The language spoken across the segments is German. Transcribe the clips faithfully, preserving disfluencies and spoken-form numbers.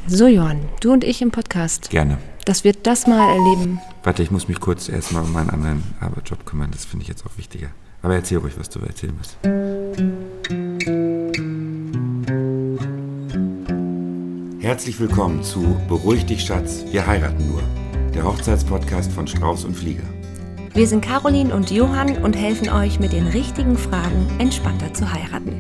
So, Johann, du und ich im Podcast. Gerne. Dass wir das mal erleben. Warte, ich muss mich kurz erstmal um meinen anderen Arbeitsjob kümmern. Das finde ich jetzt auch wichtiger. Aber erzähl ruhig, was du erzählen musst. Herzlich willkommen zu Beruhig dich, Schatz, wir heiraten nur. Der Hochzeitspodcast von Strauß und Flieger. Wir sind Caroline und Johann und helfen euch mit den richtigen Fragen entspannter zu heiraten.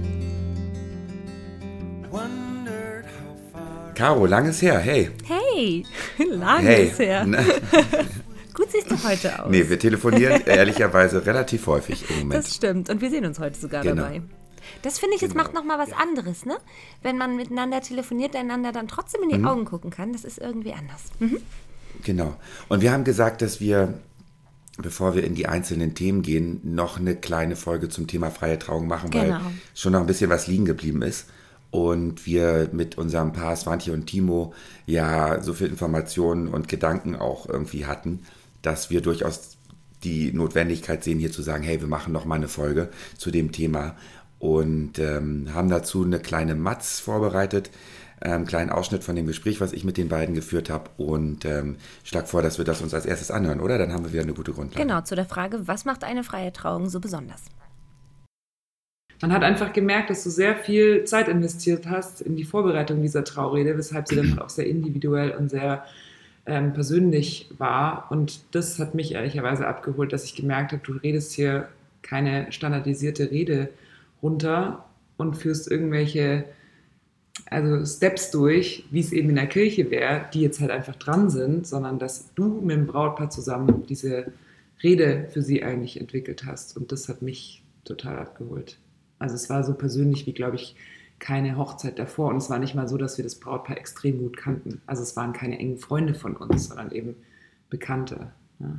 Caro, lang ist her, hey. Hey, lang hey. ist her. Gut siehst du heute aus. Nee, wir telefonieren ehrlicherweise relativ häufig im Moment. Das stimmt und wir sehen uns heute sogar genau. dabei. Das finde ich, es genau. macht nochmal was anderes, ne? Wenn man miteinander telefoniert, einander dann trotzdem in die mhm. Augen gucken kann, das ist irgendwie anders. Mhm. Genau. Und wir haben gesagt, dass wir, bevor wir in die einzelnen Themen gehen, noch eine kleine Folge zum Thema freie Trauung machen, genau. weil schon noch ein bisschen was liegen geblieben ist. Und wir mit unserem Paar Swantje und Timo ja so viel Informationen und Gedanken auch irgendwie hatten, dass wir durchaus die Notwendigkeit sehen, hier zu sagen, hey, wir machen noch mal eine Folge zu dem Thema und ähm, haben dazu eine kleine Matz vorbereitet, einen ähm, kleinen Ausschnitt von dem Gespräch, was ich mit den beiden geführt habe und ähm, schlag vor, dass wir das uns als erstes anhören, oder? Dann haben wir wieder eine gute Grundlage. Genau, zu der Frage, was macht eine freie Trauung so besonders? Man hat einfach gemerkt, dass du sehr viel Zeit investiert hast in die Vorbereitung dieser Traurede, weshalb sie dann halt auch sehr individuell und sehr ähm, persönlich war. Und das hat mich ehrlicherweise abgeholt, dass ich gemerkt habe, du redest hier keine standardisierte Rede runter und führst irgendwelche also Steps durch, wie es eben in der Kirche wäre, die jetzt halt einfach dran sind, sondern dass du mit dem Brautpaar zusammen diese Rede für sie eigentlich entwickelt hast. Und das hat mich total abgeholt. Also es war so persönlich wie, glaube ich, keine Hochzeit davor. Und es war nicht mal so, dass wir das Brautpaar extrem gut kannten. Also es waren keine engen Freunde von uns, sondern eben Bekannte. Ja,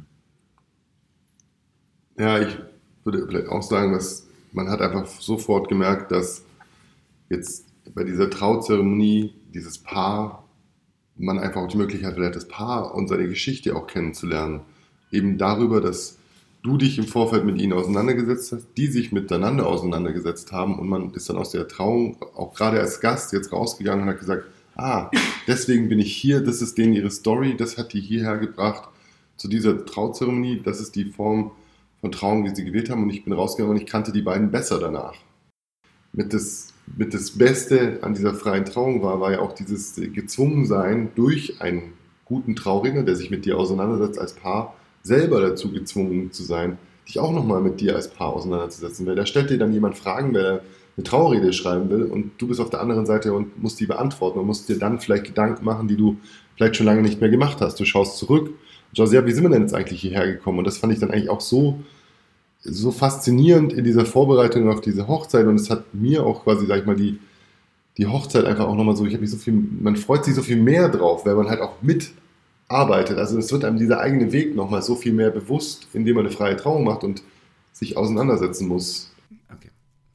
ja ich würde vielleicht auch sagen, dass man hat einfach sofort gemerkt, dass jetzt bei dieser Trauzeremonie dieses Paar, man einfach auch die Möglichkeit hat, das Paar und seine Geschichte auch kennenzulernen. Eben darüber, dass du dich im Vorfeld mit ihnen auseinandergesetzt hast, die sich miteinander auseinandergesetzt haben und man ist dann aus der Trauung auch gerade als Gast jetzt rausgegangen und hat gesagt, ah, deswegen bin ich hier, das ist denen ihre Story, das hat die hierher gebracht zu dieser Trauzeremonie, das ist die Form von Trauung, die sie gewählt haben und ich bin rausgegangen und ich kannte die beiden besser danach. Mit das, mit das Beste an dieser freien Trauung war, war ja auch dieses Gezwungensein durch einen guten Trauredner, der sich mit dir auseinandersetzt als Paar, selber dazu gezwungen zu sein, dich auch nochmal mit dir als Paar auseinanderzusetzen. Weil da stellt dir dann jemand Fragen, wer eine Traurede schreiben will und du bist auf der anderen Seite und musst die beantworten und musst dir dann vielleicht Gedanken machen, die du vielleicht schon lange nicht mehr gemacht hast. Du schaust zurück und schaust, ja, wie sind wir denn jetzt eigentlich hierher gekommen? Und das fand ich dann eigentlich auch so, so faszinierend in dieser Vorbereitung auf diese Hochzeit und es hat mir auch quasi, sag ich mal, die, die Hochzeit einfach auch nochmal so, ich habe mich so viel, man freut sich so viel mehr drauf, weil man halt auch mit arbeitet. Also es wird einem dieser eigene Weg nochmal so viel mehr bewusst, indem man eine freie Trauung macht und sich auseinandersetzen muss. Okay.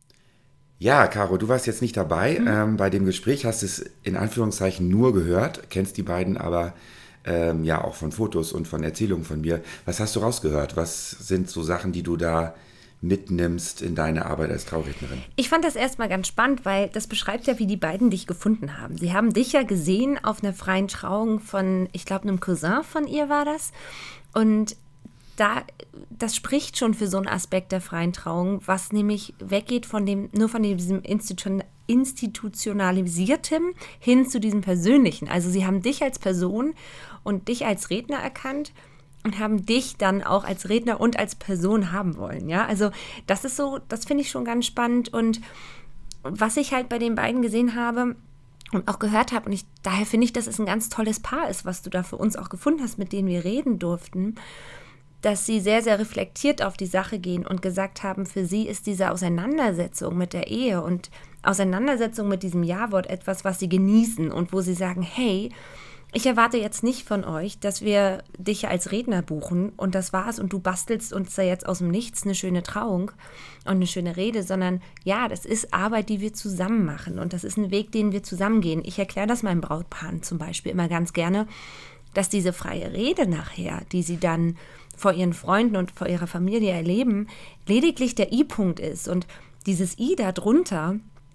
Ja, Caro, du warst jetzt nicht dabei Mhm. ähm, bei dem Gespräch, hast es in Anführungszeichen nur gehört, kennst die beiden aber ähm, ja auch von Fotos und von Erzählungen von mir. Was hast du rausgehört? Was sind so Sachen, die du da mitnimmst in deine Arbeit als Traurednerin? Ich fand das erstmal ganz spannend, weil das beschreibt ja, wie die beiden dich gefunden haben. Sie haben dich ja gesehen auf einer freien Trauung von, ich glaube, einem Cousin von ihr war das. Und da, das spricht schon für so einen Aspekt der freien Trauung, was nämlich weggeht von dem, nur von diesem Institu- institutionalisiertem hin zu diesem Persönlichen. Also sie haben dich als Person und dich als Redner erkannt und haben dich dann auch als Redner und als Person haben wollen, ja, also das ist so, das finde ich schon ganz spannend und was ich halt bei den beiden gesehen habe und auch gehört habe und ich, daher finde ich, dass es ein ganz tolles Paar ist, was du da für uns auch gefunden hast, mit denen wir reden durften, dass sie sehr, sehr reflektiert auf die Sache gehen und gesagt haben, für sie ist diese Auseinandersetzung mit der Ehe und Auseinandersetzung mit diesem Ja-Wort etwas, was sie genießen und wo sie sagen, hey, ich erwarte jetzt nicht von euch, dass wir dich als Redner buchen und das war's und du bastelst uns da jetzt aus dem Nichts eine schöne Trauung und eine schöne Rede, sondern ja, das ist Arbeit, die wir zusammen machen und das ist ein Weg, den wir zusammen gehen. Ich erkläre das meinen Brautpaaren zum Beispiel immer ganz gerne, dass diese freie Rede nachher, die sie dann vor ihren Freunden und vor ihrer Familie erleben, lediglich der I-Punkt ist und dieses I darunter,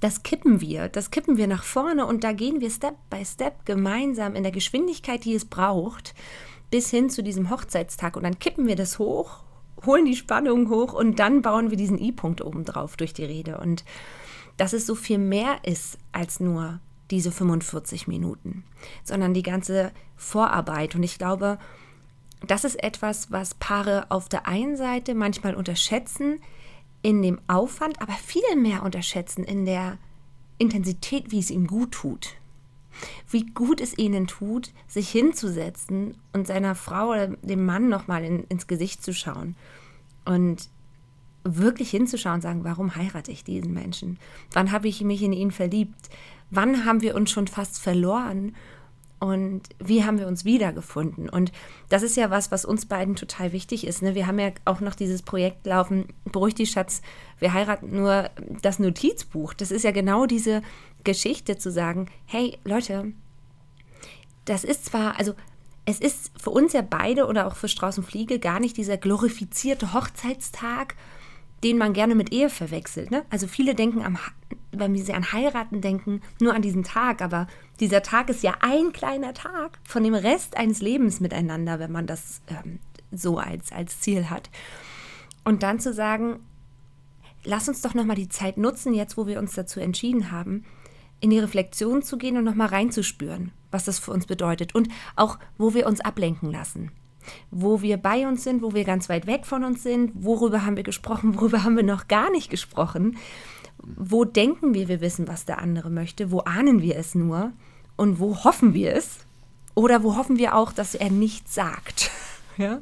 das kippen wir, das kippen wir nach vorne und da gehen wir Step by Step gemeinsam in der Geschwindigkeit, die es braucht, bis hin zu diesem Hochzeitstag und dann kippen wir das hoch, holen die Spannung hoch und dann bauen wir diesen I-Punkt oben drauf durch die Rede und dass es so viel mehr ist als nur diese fünfundvierzig Minuten, sondern die ganze Vorarbeit und ich glaube, das ist etwas, was Paare auf der einen Seite manchmal unterschätzen in dem Aufwand, aber viel mehr unterschätzen in der Intensität, wie es ihnen gut tut. Wie gut es ihnen tut, sich hinzusetzen und seiner Frau oder dem Mann nochmal in, ins Gesicht zu schauen und wirklich hinzuschauen und sagen, warum heirate ich diesen Menschen? Wann habe ich mich in ihn verliebt? Wann haben wir uns schon fast verloren? Und wie haben wir uns wiedergefunden? Und das ist ja was, was uns beiden total wichtig ist. Ne? Wir haben ja auch noch dieses Projekt laufen, Beruhig dich, Schatz, wir heiraten nur das Notizbuch. Das ist ja genau diese Geschichte zu sagen, hey Leute, das ist zwar, also es ist für uns ja beide oder auch für Strauß und Fliege gar nicht dieser glorifizierte Hochzeitstag, den man gerne mit Ehe verwechselt. Ne? Also viele denken, am, wenn sie an Heiraten denken, nur an diesen Tag, aber dieser Tag ist ja ein kleiner Tag von dem Rest eines Lebens miteinander, wenn man das ähm, so als, als Ziel hat. Und dann zu sagen, lass uns doch nochmal die Zeit nutzen, jetzt wo wir uns dazu entschieden haben, in die Reflexion zu gehen und nochmal reinzuspüren, was das für uns bedeutet und auch, wo wir uns ablenken lassen. Wo wir bei uns sind, wo wir ganz weit weg von uns sind, worüber haben wir gesprochen, worüber haben wir noch gar nicht gesprochen, wo denken wir, wir wissen, was der andere möchte, wo ahnen wir es nur und wo hoffen wir es oder wo hoffen wir auch, dass er nichts sagt. Ja?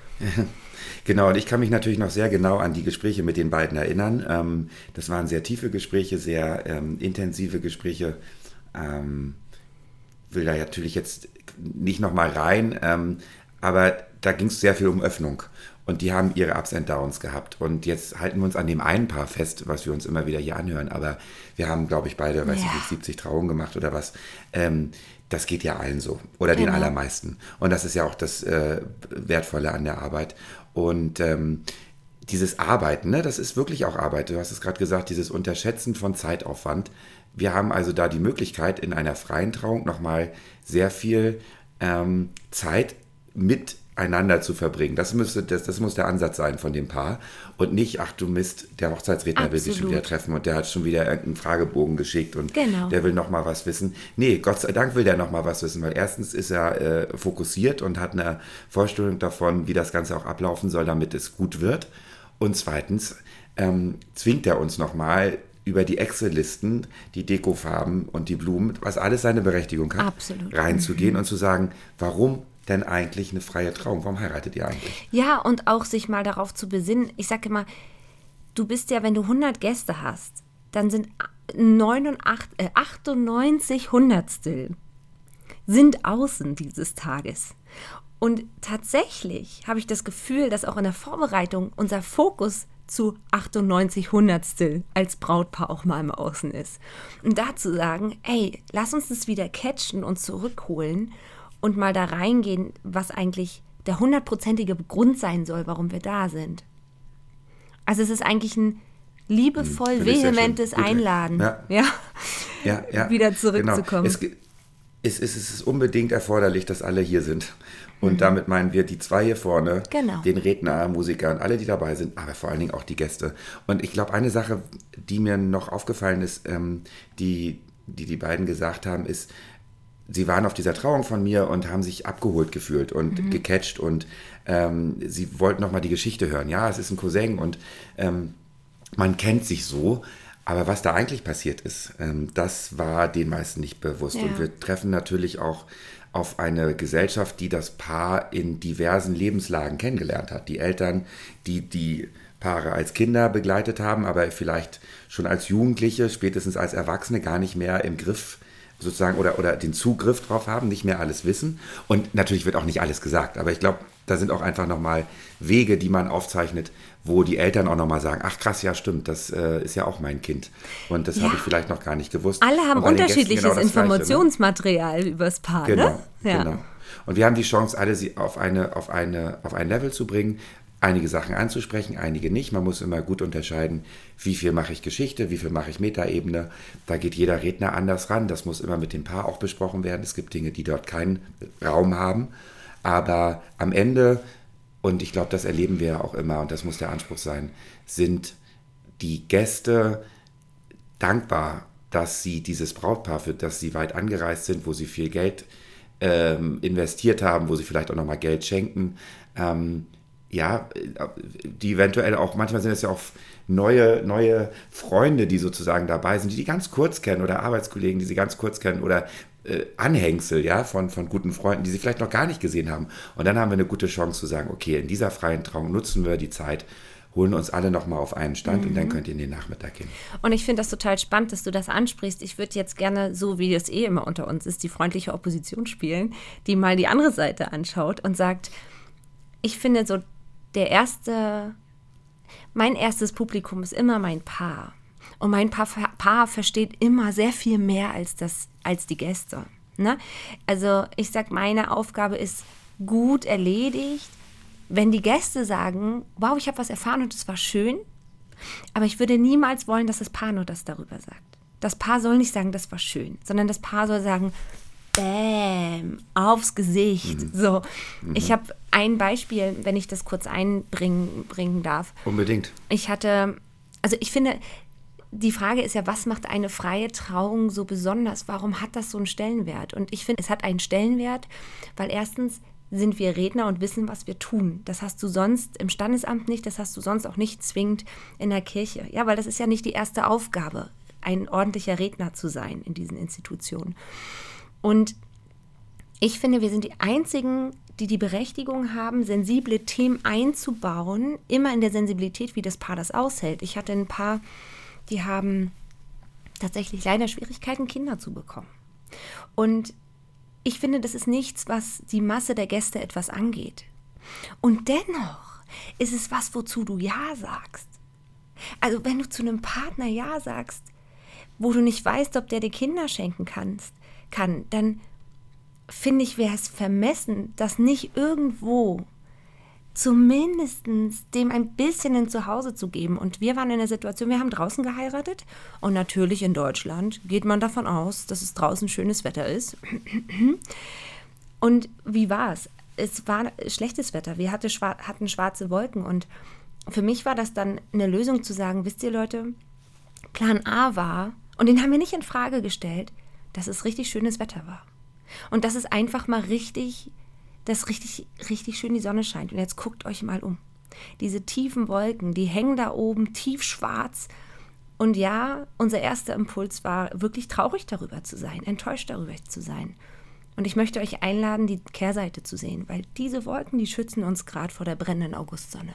Genau, und ich kann mich natürlich noch sehr genau an die Gespräche mit den beiden erinnern. Ähm, das waren sehr tiefe Gespräche, sehr ähm, intensive Gespräche. Ähm, will da natürlich jetzt nicht nochmal rein, ähm, aber da ging es sehr viel um Öffnung und die haben ihre Ups and Downs gehabt und jetzt halten wir uns an dem einen Paar fest, was wir uns immer wieder hier anhören, aber wir haben, glaube ich, beide, weiß ich nicht, siebzig Trauungen gemacht oder was. Ähm, das geht ja allen so oder genau. Den allermeisten und das ist ja auch das äh, Wertvolle an der Arbeit und ähm, dieses Arbeiten, ne, das ist wirklich auch Arbeit. Du hast es gerade gesagt, dieses Unterschätzen von Zeitaufwand. Wir haben also da die Möglichkeit, in einer freien Trauung nochmal sehr viel ähm, Zeit miteinander zu verbringen. Das, müsste, das, das muss der Ansatz sein von dem Paar und nicht, ach du Mist, der Hochzeitsredner Absolut. Will sich schon wieder treffen und der hat schon wieder irgendeinen Fragebogen geschickt und genau. Der will nochmal was wissen. Nee, Gott sei Dank will der nochmal was wissen, weil erstens ist er äh, fokussiert und hat eine Vorstellung davon, wie das Ganze auch ablaufen soll, damit es gut wird. Und zweitens ähm, zwingt er uns nochmal über die Excel-Listen, die Dekofarben und die Blumen, was alles seine Berechtigung hat, Absolut. Reinzugehen mhm. und zu sagen, warum denn eigentlich eine freie Trauung? Warum heiratet ihr eigentlich? Ja, und auch sich mal darauf zu besinnen. Ich sage immer, du bist ja, wenn du hundert Gäste hast, dann sind neunundachtzig, äh, achtundneunzig Hundertstel sind außen dieses Tages. Und tatsächlich habe ich das Gefühl, dass auch in der Vorbereitung unser Fokus zu achtundneunzig Hundertstel als Brautpaar auch mal im Außen ist. Und da zu sagen, ey, lass uns das wieder catchen und zurückholen und mal da reingehen, was eigentlich der hundertprozentige Grund sein soll, warum wir da sind. Also es ist eigentlich ein liebevoll, hm, vehementes Einladen, ja. Ja, ja, ja, wieder zurückzukommen. Genau. Es, es, es ist unbedingt erforderlich, dass alle hier sind. Und mhm. damit meinen wir die zwei hier vorne, genau. den Redner, Musiker und alle, die dabei sind, aber vor allen Dingen auch die Gäste. Und ich glaube, eine Sache, die mir noch aufgefallen ist, ähm, die, die die beiden gesagt haben, ist, sie waren auf dieser Trauung von mir und haben sich abgeholt gefühlt und mhm. gecatcht und ähm, sie wollten nochmal die Geschichte hören. Ja, es ist ein Cousin und ähm, man kennt sich so, aber was da eigentlich passiert ist, ähm, das war den meisten nicht bewusst. Ja. Und wir treffen natürlich auch auf eine Gesellschaft, die das Paar in diversen Lebenslagen kennengelernt hat. Die Eltern, die die Paare als Kinder begleitet haben, aber vielleicht schon als Jugendliche, spätestens als Erwachsene gar nicht mehr im Griff sozusagen oder, oder den Zugriff drauf haben, nicht mehr alles wissen. Und natürlich wird auch nicht alles gesagt, aber ich glaube, da sind auch einfach nochmal Wege, die man aufzeichnet, wo die Eltern auch nochmal sagen, ach krass, ja stimmt, das äh, ist ja auch mein Kind. Und das ja. habe ich vielleicht noch gar nicht gewusst. Alle haben unterschiedliches genau Informationsmaterial Gleiche, ne? Übers Paar, genau, ne? Ja. Genau. Und wir haben die Chance, alle sie auf, eine, auf, eine, auf ein Level zu bringen, einige Sachen anzusprechen, einige nicht. Man muss immer gut unterscheiden, wie viel mache ich Geschichte, wie viel mache ich Metaebene. Da geht jeder Redner anders ran. Das muss immer mit dem Paar auch besprochen werden. Es gibt Dinge, die dort keinen Raum haben. Aber am Ende, und ich glaube, das erleben wir ja auch immer, und das muss der Anspruch sein, sind die Gäste dankbar, dass sie dieses Brautpaar, für das sie weit angereist sind, wo sie viel Geld ähm, investiert haben, wo sie vielleicht auch nochmal Geld schenken, ähm, ja, die eventuell auch, manchmal sind es ja auch neue, neue Freunde, die sozusagen dabei sind, die die ganz kurz kennen oder Arbeitskollegen, die sie ganz kurz kennen oder äh, Anhängsel, ja, von, von guten Freunden, die sie vielleicht noch gar nicht gesehen haben. Und dann haben wir eine gute Chance zu sagen, okay, in dieser freien Trauung nutzen wir die Zeit, holen uns alle nochmal auf einen Stand mhm. und dann könnt ihr in den Nachmittag gehen. Und ich finde das total spannend, dass du das ansprichst. Ich würde jetzt gerne, so wie es eh immer unter uns ist, die freundliche Opposition spielen, die mal die andere Seite anschaut und sagt, ich finde so, der erste, mein erstes Publikum ist immer mein Paar. Und mein Paar, Paar versteht immer sehr viel mehr als, das, als die Gäste. Ne? Also ich sage, meine Aufgabe ist gut erledigt, wenn die Gäste sagen, wow, ich habe was erfahren und es war schön, aber ich würde niemals wollen, dass das Paar nur das darüber sagt. Das Paar soll nicht sagen, das war schön, sondern das Paar soll sagen, bäm, aufs Gesicht. Mhm. So, mhm. Ich habe ein Beispiel, wenn ich das kurz einbringen bringen darf. Unbedingt. Ich hatte, also ich finde, die Frage ist ja, was macht eine freie Trauung so besonders? Warum hat das so einen Stellenwert? Und ich finde, es hat einen Stellenwert, weil erstens sind wir Redner und wissen, was wir tun. Das hast du sonst im Standesamt nicht, das hast du sonst auch nicht zwingend in der Kirche. Ja, weil das ist ja nicht die erste Aufgabe, ein ordentlicher Redner zu sein in diesen Institutionen. Und ich finde, wir sind die Einzigen, die die Berechtigung haben, sensible Themen einzubauen, immer in der Sensibilität, wie das Paar das aushält. Ich hatte ein Paar, die haben tatsächlich leider Schwierigkeiten, Kinder zu bekommen. Und ich finde, das ist nichts, was die Masse der Gäste etwas angeht. Und dennoch ist es was, wozu du Ja sagst. Also wenn du zu einem Partner Ja sagst, wo du nicht weißt, ob der dir Kinder schenken kannst, kann, dann finde ich, wäre es vermessen, das nicht irgendwo zumindest dem ein bisschen ein Zuhause zu geben. Und wir waren in der Situation, wir haben draußen geheiratet und natürlich in Deutschland geht man davon aus, dass es draußen schönes Wetter ist. Und wie war es? Es war schlechtes Wetter, wir hatte schwar- hatten schwarze Wolken und für mich war das dann eine Lösung zu sagen, wisst ihr Leute, Plan A war, und den haben wir nicht in Frage gestellt, dass es richtig schönes Wetter war. Und dass es einfach mal richtig, dass richtig, richtig schön die Sonne scheint. Und jetzt guckt euch mal um. Diese tiefen Wolken, die hängen da oben tiefschwarz. Und ja, unser erster Impuls war, wirklich traurig darüber zu sein, enttäuscht darüber zu sein. Und ich möchte euch einladen, die Kehrseite zu sehen, weil diese Wolken, die schützen uns gerade vor der brennenden Augustsonne.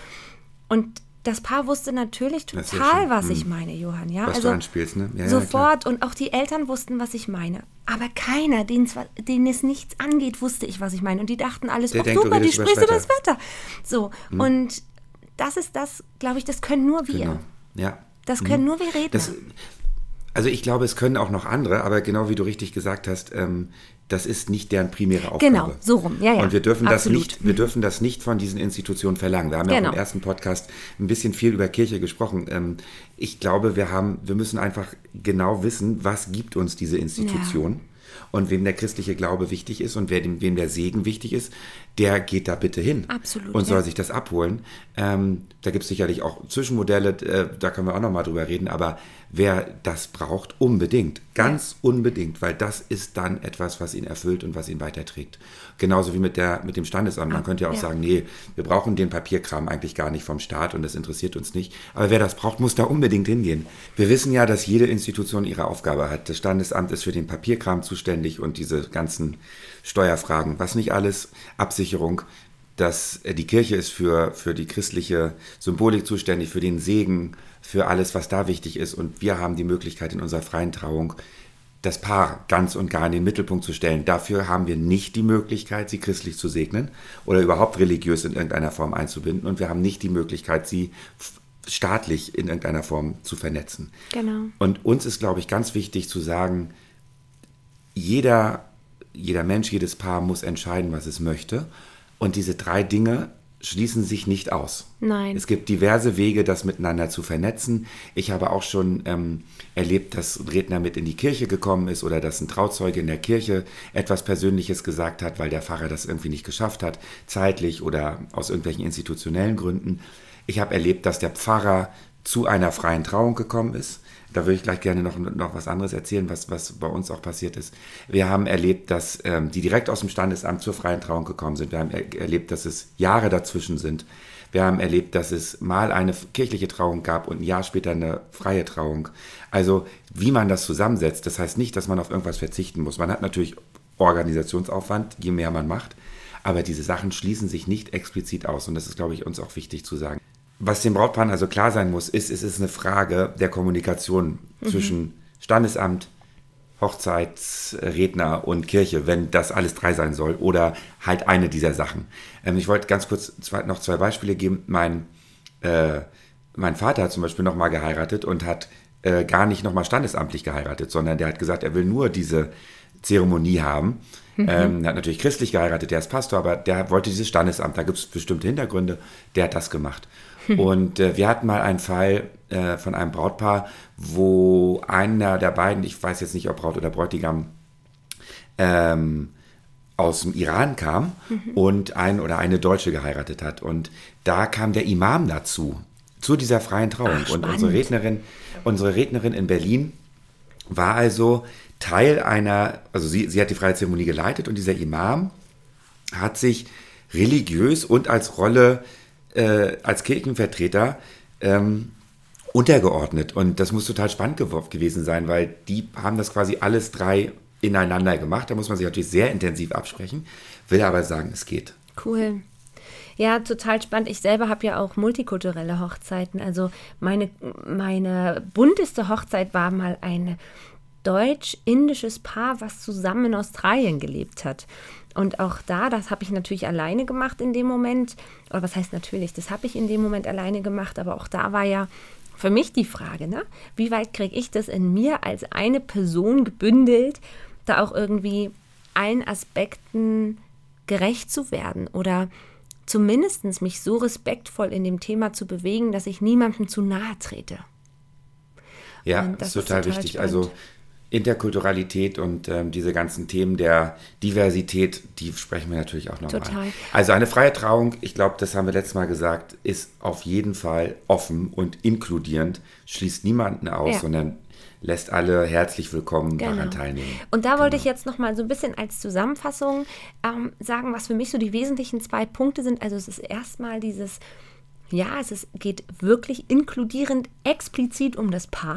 Und das Paar wusste natürlich total, was ich meine, Johann. Ja? Was also du anspielst, ne? Ja, sofort. ja, und auch die Eltern wussten, was ich meine. Aber keiner, denen es nichts angeht, wusste ich, was ich meine. Und die dachten alles, Der oh denkt, super, die sprichst über das Wetter. So, hm. und das ist das, glaube ich, das können nur wir. Genau. Ja. Das können hm. nur wir Redner. Das, also ich glaube, es können auch noch andere, aber genau wie du richtig gesagt hast, ähm, das ist nicht deren primäre Aufgabe. Genau, so rum, ja, ja. Und wir dürfen, das absolut. nicht, wir dürfen das nicht von diesen Institutionen verlangen. Wir haben ja Genau. auch im ersten Podcast ein bisschen viel über Kirche gesprochen. Ähm, ich glaube, wir haben, wir müssen einfach genau wissen, was gibt uns diese Institution. Ja. Und wem der christliche Glaube wichtig ist und wer dem, wem der Segen wichtig ist, der geht da bitte hin. Absolut, und soll ja. sich das abholen. Ähm, da gibt es sicherlich auch Zwischenmodelle, äh, da können wir auch nochmal drüber reden, aber wer das braucht, unbedingt, ganz ja. unbedingt, weil das ist dann etwas, was ihn erfüllt und was ihn weiterträgt. Genauso wie mit, der, mit dem Standesamt. Man könnte ja auch ja. sagen, nee, wir brauchen den Papierkram eigentlich gar nicht vom Staat und das interessiert uns nicht. Aber wer das braucht, muss da unbedingt hingehen. Wir wissen ja, dass jede Institution ihre Aufgabe hat. Das Standesamt ist für den Papierkram zuständig und diese ganzen Steuerfragen, was nicht alles, Absicherung, dass die Kirche ist für, für die christliche Symbolik zuständig, für den Segen, für alles, was da wichtig ist. Und wir haben die Möglichkeit in unserer freien Trauung, das Paar ganz und gar in den Mittelpunkt zu stellen. Dafür haben wir nicht die Möglichkeit, sie christlich zu segnen oder überhaupt religiös in irgendeiner Form einzubinden. Und wir haben nicht die Möglichkeit, sie staatlich in irgendeiner Form zu vernetzen. Genau. Und uns ist, glaube ich, ganz wichtig zu sagen, jeder, jeder Mensch, jedes Paar muss entscheiden, was es möchte. Und diese drei Dinge schließen sich nicht aus. Nein. Es gibt diverse Wege, das miteinander zu vernetzen. Ich habe auch schon ähm, erlebt, dass ein Redner mit in die Kirche gekommen ist oder dass ein Trauzeuge in der Kirche etwas Persönliches gesagt hat, weil der Pfarrer das irgendwie nicht geschafft hat, zeitlich oder aus irgendwelchen institutionellen Gründen. Ich habe erlebt, dass der Pfarrer zu einer freien Trauung gekommen ist. Da würde ich gleich gerne noch, noch was anderes erzählen, was, was bei uns auch passiert ist. Wir haben erlebt, dass ähm, die direkt aus dem Standesamt zur freien Trauung gekommen sind. Wir haben er- erlebt, dass es Jahre dazwischen sind. Wir haben erlebt, dass es mal eine kirchliche Trauung gab und ein Jahr später eine freie Trauung. Also wie man das zusammensetzt, das heißt nicht, dass man auf irgendwas verzichten muss. Man hat natürlich Organisationsaufwand, je mehr man macht. Aber diese Sachen schließen sich nicht explizit aus. Und das ist, glaube ich, uns auch wichtig zu sagen. Was dem Brautpaar also klar sein muss, ist, es ist eine Frage der Kommunikation mhm. zwischen Standesamt, Hochzeitsredner und Kirche, wenn das alles drei sein soll oder halt eine dieser Sachen. Ähm, ich wollte ganz kurz zwei, noch zwei Beispiele geben. Mein, äh, mein Vater hat zum Beispiel nochmal geheiratet und hat äh, gar nicht nochmal standesamtlich geheiratet, sondern der hat gesagt, er will nur diese Zeremonie haben. Mhm. Ähm, er hat natürlich christlich geheiratet, der ist Pastor, aber der wollte dieses Standesamt, da gibt es bestimmte Hintergründe, der hat das gemacht. Und äh, wir hatten mal einen Fall äh, von einem Brautpaar, wo einer der beiden, ich weiß jetzt nicht, ob Braut oder Bräutigam, ähm, aus dem Iran kam mhm. und ein oder eine Deutsche geheiratet hat. Und da kam der Imam dazu, zu dieser freien Trauung. Ach, und unsere Rednerin, unsere Rednerin in Berlin war also Teil einer, also sie, sie hat die freie Zeremonie geleitet und dieser Imam hat sich religiös und als Rolle Äh, als Kirchenvertreter ähm, untergeordnet. Und das muss total spannend gew- gewesen sein, weil die haben das quasi alles drei ineinander gemacht. Da muss man sich natürlich sehr intensiv absprechen, will aber sagen, es geht. Cool. Ja, total spannend. Ich selber habe ja auch multikulturelle Hochzeiten. Also meine, meine bunteste Hochzeit war mal ein deutsch-indisches Paar, was zusammen in Australien gelebt hat. Und auch da, das habe ich natürlich alleine gemacht in dem Moment. Oder was heißt natürlich, das habe ich in dem Moment alleine gemacht. Aber auch da war ja für mich die Frage, ne? Wie weit kriege ich das in mir als eine Person gebündelt, da auch irgendwie allen Aspekten gerecht zu werden oder zumindest mich so respektvoll in dem Thema zu bewegen, dass ich niemandem zu nahe trete. Ja, das ist total, total wichtig. Spannend. Also Interkulturalität und ähm, diese ganzen Themen der Diversität, die sprechen wir natürlich auch nochmal an. Also eine freie Trauung, ich glaube, das haben wir letztes Mal gesagt, ist auf jeden Fall offen und inkludierend, schließt niemanden aus, ja. sondern lässt alle herzlich willkommen genau. daran teilnehmen. Und da genau. wollte ich jetzt nochmal so ein bisschen als Zusammenfassung ähm, sagen, was für mich so die wesentlichen zwei Punkte sind. Also es ist erstmal dieses, ja, es ist, geht wirklich inkludierend explizit um das Paar.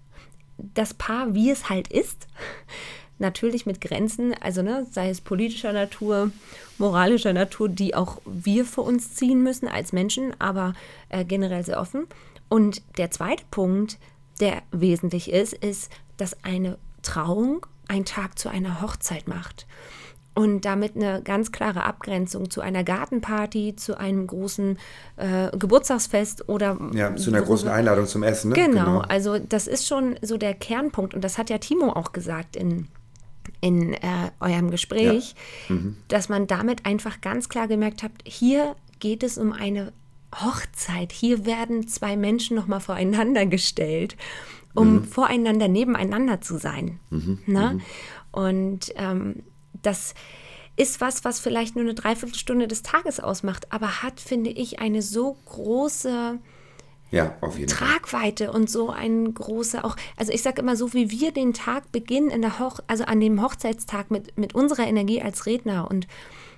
Das Paar, wie es halt ist, natürlich mit Grenzen, also ne, sei es politischer Natur, moralischer Natur, die auch wir für uns ziehen müssen als Menschen, aber äh, generell sehr offen. Und der zweite Punkt, der wesentlich ist, ist, dass eine Trauung einen Tag zu einer Hochzeit macht. Und damit eine ganz klare Abgrenzung zu einer Gartenparty, zu einem großen äh, Geburtstagsfest oder... Ja, zu einer großen Einladung zum Essen. Ne? Genau, genau, also das ist schon so der Kernpunkt. Und das hat ja Timo auch gesagt in, in äh, eurem Gespräch, ja. mhm. dass man damit einfach ganz klar gemerkt hat, hier geht es um eine Hochzeit. Hier werden zwei Menschen nochmal voreinander gestellt, um mhm. voreinander nebeneinander zu sein. Mhm. Ne? Mhm. Und... Ähm, das ist was, was vielleicht nur eine Dreiviertelstunde des Tages ausmacht, aber hat, finde ich, eine so große ja, auf jeden Tragweite Fall. Und so ein großer auch, also ich sage immer so, wie wir den Tag beginnen in der Hoch, also an dem Hochzeitstag mit, mit unserer Energie als Redner und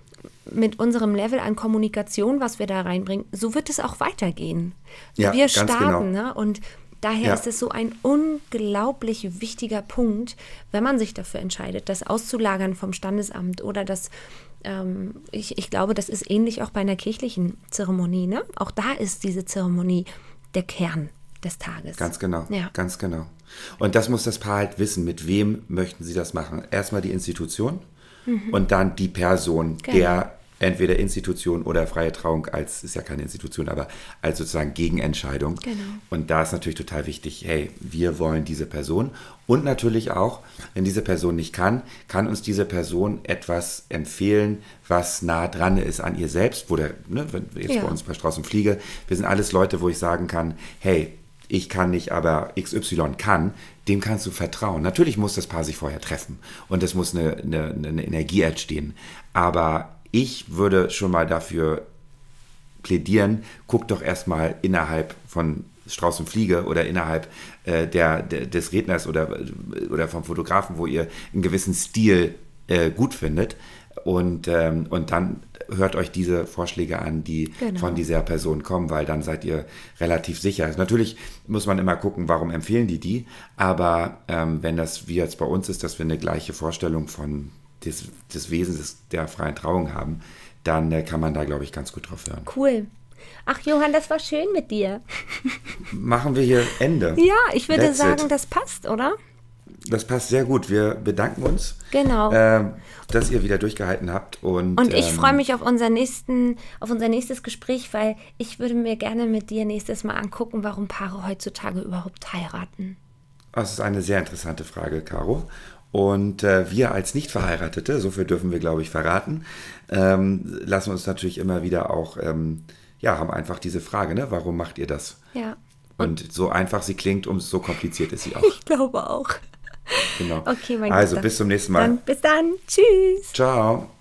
mit unserem Level an Kommunikation, was wir da reinbringen, so wird es auch weitergehen. Ja, wir ganz starten, genau. ne? Und daher ja. ist es so ein unglaublich wichtiger Punkt, wenn man sich dafür entscheidet, das auszulagern vom Standesamt oder das, ähm, ich, ich glaube, das ist ähnlich auch bei einer kirchlichen Zeremonie. Ne? Auch da ist diese Zeremonie der Kern des Tages. Ganz genau, ja. ganz genau. Und das muss das Paar halt wissen, mit wem möchten sie das machen. Erstmal die Institution mhm. und dann die Person, genau. der entweder Institution oder freie Trauung als, ist ja keine Institution, aber als sozusagen Gegenentscheidung. Genau. Und da ist natürlich total wichtig, hey, wir wollen diese Person. Und natürlich auch, wenn diese Person nicht kann, kann uns diese Person etwas empfehlen, was nah dran ist an ihr selbst. Wo der, ne, jetzt Ja. bei uns bei Strauß und Fliege, wir sind alles Leute, wo ich sagen kann, hey, ich kann nicht, aber X Y kann, dem kannst du vertrauen. Natürlich muss das Paar sich vorher treffen und es muss eine, eine, eine Energie entstehen. Aber ich würde schon mal dafür plädieren, guck doch erstmal innerhalb von Strauß und Fliege oder innerhalb äh, der, der, des Redners oder, oder vom Fotografen, wo ihr einen gewissen Stil äh, gut findet. Und, ähm, und dann hört euch diese Vorschläge an, die Genau. von dieser Person kommen, weil dann seid ihr relativ sicher. Also natürlich muss man immer gucken, warum empfehlen die die, aber ähm, wenn das wie jetzt bei uns ist, dass wir eine gleiche Vorstellung von des, des Wesens des, der freien Trauung haben, dann äh, kann man da, glaube ich, ganz gut drauf hören. Cool. Ach, Johann, das war schön mit dir. Machen wir hier Ende. Ja, ich würde That's sagen, it. das passt, oder? Das passt sehr gut. Wir bedanken uns, Genau. ähm, dass ihr wieder durchgehalten habt. Und, Und ich ähm, freue mich auf, unser nächsten, auf unser nächstes Gespräch, weil ich würde mir gerne mit dir nächstes Mal angucken, warum Paare heutzutage überhaupt heiraten. Das ist eine sehr interessante Frage, Caro. Und äh, wir als Nicht-Verheiratete, so viel dürfen wir, glaube ich, verraten, ähm, lassen uns natürlich immer wieder auch, ähm, ja, haben einfach diese Frage, ne? Warum macht ihr das? Ja, Und so einfach sie klingt, umso kompliziert ist sie auch. ich glaube auch. Genau. Okay, mein Also Guter. bis zum nächsten Mal. Dann bis dann. Tschüss. Ciao.